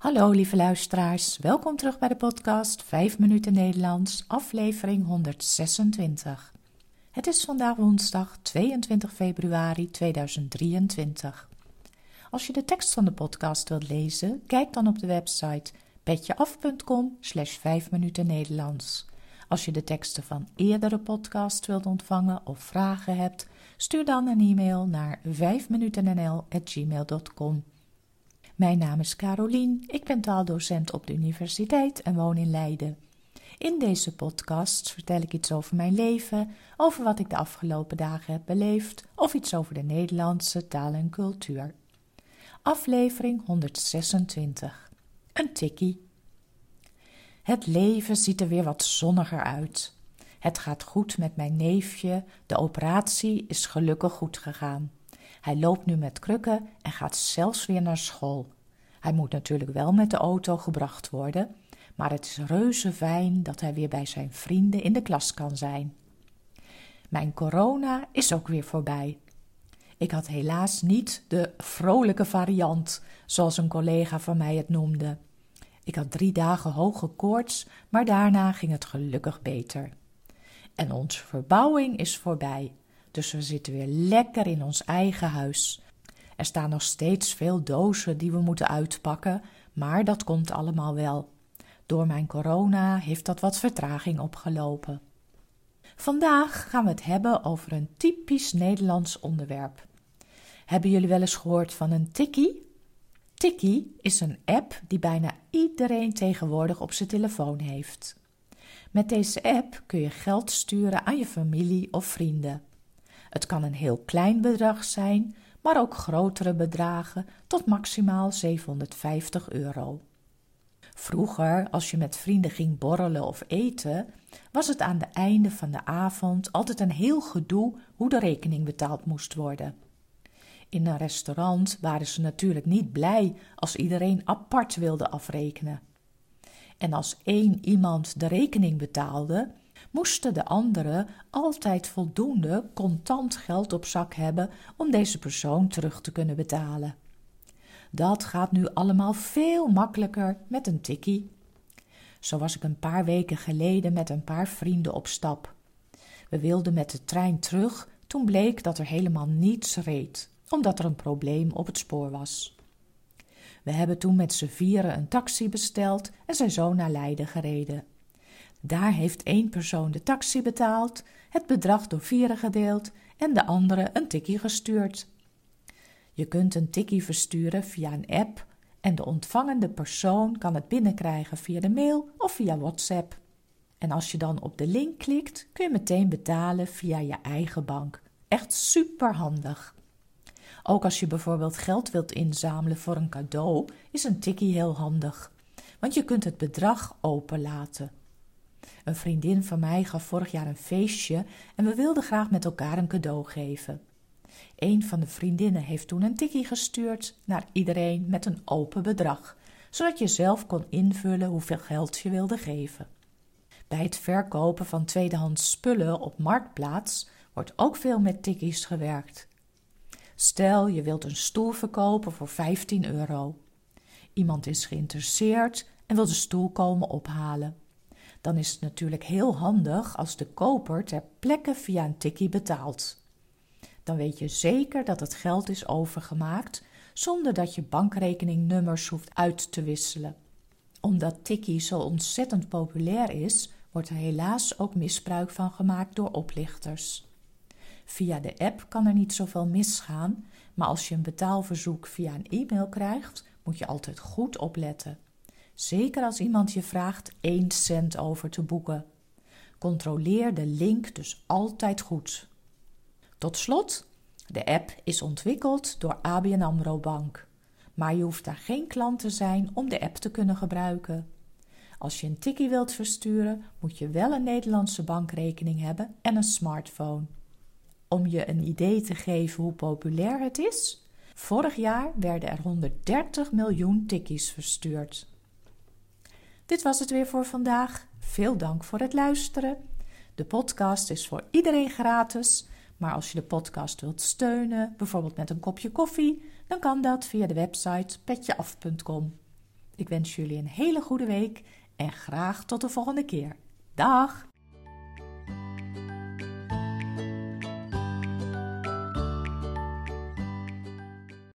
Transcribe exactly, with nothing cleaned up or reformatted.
Hallo lieve luisteraars, welkom terug bij de podcast vijf minuten Nederlands, aflevering honderdzesentwintig. Het is vandaag woensdag tweeëntwintig februari tweeduizend drieëntwintig. Als je de tekst van de podcast wilt lezen, kijk dan op de website petjeaf.com slash vijf minuten Nederlands. Als je de teksten van eerdere podcasts wilt ontvangen of vragen hebt, stuur dan een e-mail naar vijf minuten n l at gmail dot com. Mijn naam is Carolien, ik ben taaldocent op de universiteit en woon in Leiden. In deze podcast vertel ik iets over mijn leven, over wat ik de afgelopen dagen heb beleefd of iets over de Nederlandse taal en cultuur. Aflevering honderdzesentwintig. Een tikkie. Het leven ziet er weer wat zonniger uit. Het gaat goed met mijn neefje, de operatie is gelukkig goed gegaan. Hij loopt nu met krukken en gaat zelfs weer naar school. Hij moet natuurlijk wel met de auto gebracht worden, maar het is reuze fijn dat hij weer bij zijn vrienden in de klas kan zijn. Mijn corona is ook weer voorbij. Ik had helaas niet de vrolijke variant, zoals een collega van mij het noemde. Ik had drie dagen hoge koorts, maar daarna ging het gelukkig beter. En onze verbouwing is voorbij. Dus we zitten weer lekker in ons eigen huis. Er staan nog steeds veel dozen die we moeten uitpakken, maar dat komt allemaal wel. Door mijn corona heeft dat wat vertraging opgelopen. Vandaag gaan we het hebben over een typisch Nederlands onderwerp. Hebben jullie wel eens gehoord van een tikkie? Tikkie is een app die bijna iedereen tegenwoordig op zijn telefoon heeft. Met deze app kun je geld sturen aan je familie of vrienden. Het kan een heel klein bedrag zijn, maar ook grotere bedragen tot maximaal zevenhonderdvijftig euro. Vroeger, als je met vrienden ging borrelen of eten, was het aan het einde van de avond altijd een heel gedoe hoe de rekening betaald moest worden. In een restaurant waren ze natuurlijk niet blij als iedereen apart wilde afrekenen. En als één iemand de rekening betaalde, moesten de anderen altijd voldoende contant geld op zak hebben om deze persoon terug te kunnen betalen. Dat gaat nu allemaal veel makkelijker met een tikkie. Zo was ik een paar weken geleden met een paar vrienden op stap. We wilden met de trein terug, toen bleek dat er helemaal niets reed, omdat er een probleem op het spoor was. We hebben toen met z'n vieren een taxi besteld en zijn zo naar Leiden gereden. Daar heeft één persoon de taxi betaald, het bedrag door vieren gedeeld en de andere een tikkie gestuurd. Je kunt een tikkie versturen via een app en de ontvangende persoon kan het binnenkrijgen via de mail of via WhatsApp. En als je dan op de link klikt, kun je meteen betalen via je eigen bank. Echt superhandig. Ook als je bijvoorbeeld geld wilt inzamelen voor een cadeau, is een tikkie heel handig, want je kunt het bedrag openlaten. Een vriendin van mij gaf vorig jaar een feestje en we wilden graag met elkaar een cadeau geven. Een van de vriendinnen heeft toen een tikkie gestuurd naar iedereen met een open bedrag, zodat je zelf kon invullen hoeveel geld je wilde geven. Bij het verkopen van tweedehands spullen op Marktplaats wordt ook veel met tikkies gewerkt. Stel, je wilt een stoel verkopen voor vijftien euro. Iemand is geïnteresseerd en wil de stoel komen ophalen. Dan is het natuurlijk heel handig als de koper ter plekke via een tikkie betaalt. Dan weet je zeker dat het geld is overgemaakt, zonder dat je bankrekeningnummers hoeft uit te wisselen. Omdat tikkie zo ontzettend populair is, wordt er helaas ook misbruik van gemaakt door oplichters. Via de app kan er niet zoveel misgaan, maar als je een betaalverzoek via een e-mail krijgt, moet je altijd goed opletten. Zeker als iemand je vraagt één cent over te boeken. Controleer de link dus altijd goed. Tot slot, de app is ontwikkeld door A B N AMRO Bank. Maar je hoeft daar geen klant te zijn om de app te kunnen gebruiken. Als je een tikkie wilt versturen, moet je wel een Nederlandse bankrekening hebben en een smartphone. Om je een idee te geven hoe populair het is, vorig jaar werden er honderddertig miljoen tikkies verstuurd. Dit was het weer voor vandaag. Veel dank voor het luisteren. De podcast is voor iedereen gratis, maar als je de podcast wilt steunen, bijvoorbeeld met een kopje koffie, dan kan dat via de website petjeaf punt com. Ik wens jullie een hele goede week en graag tot de volgende keer. Dag!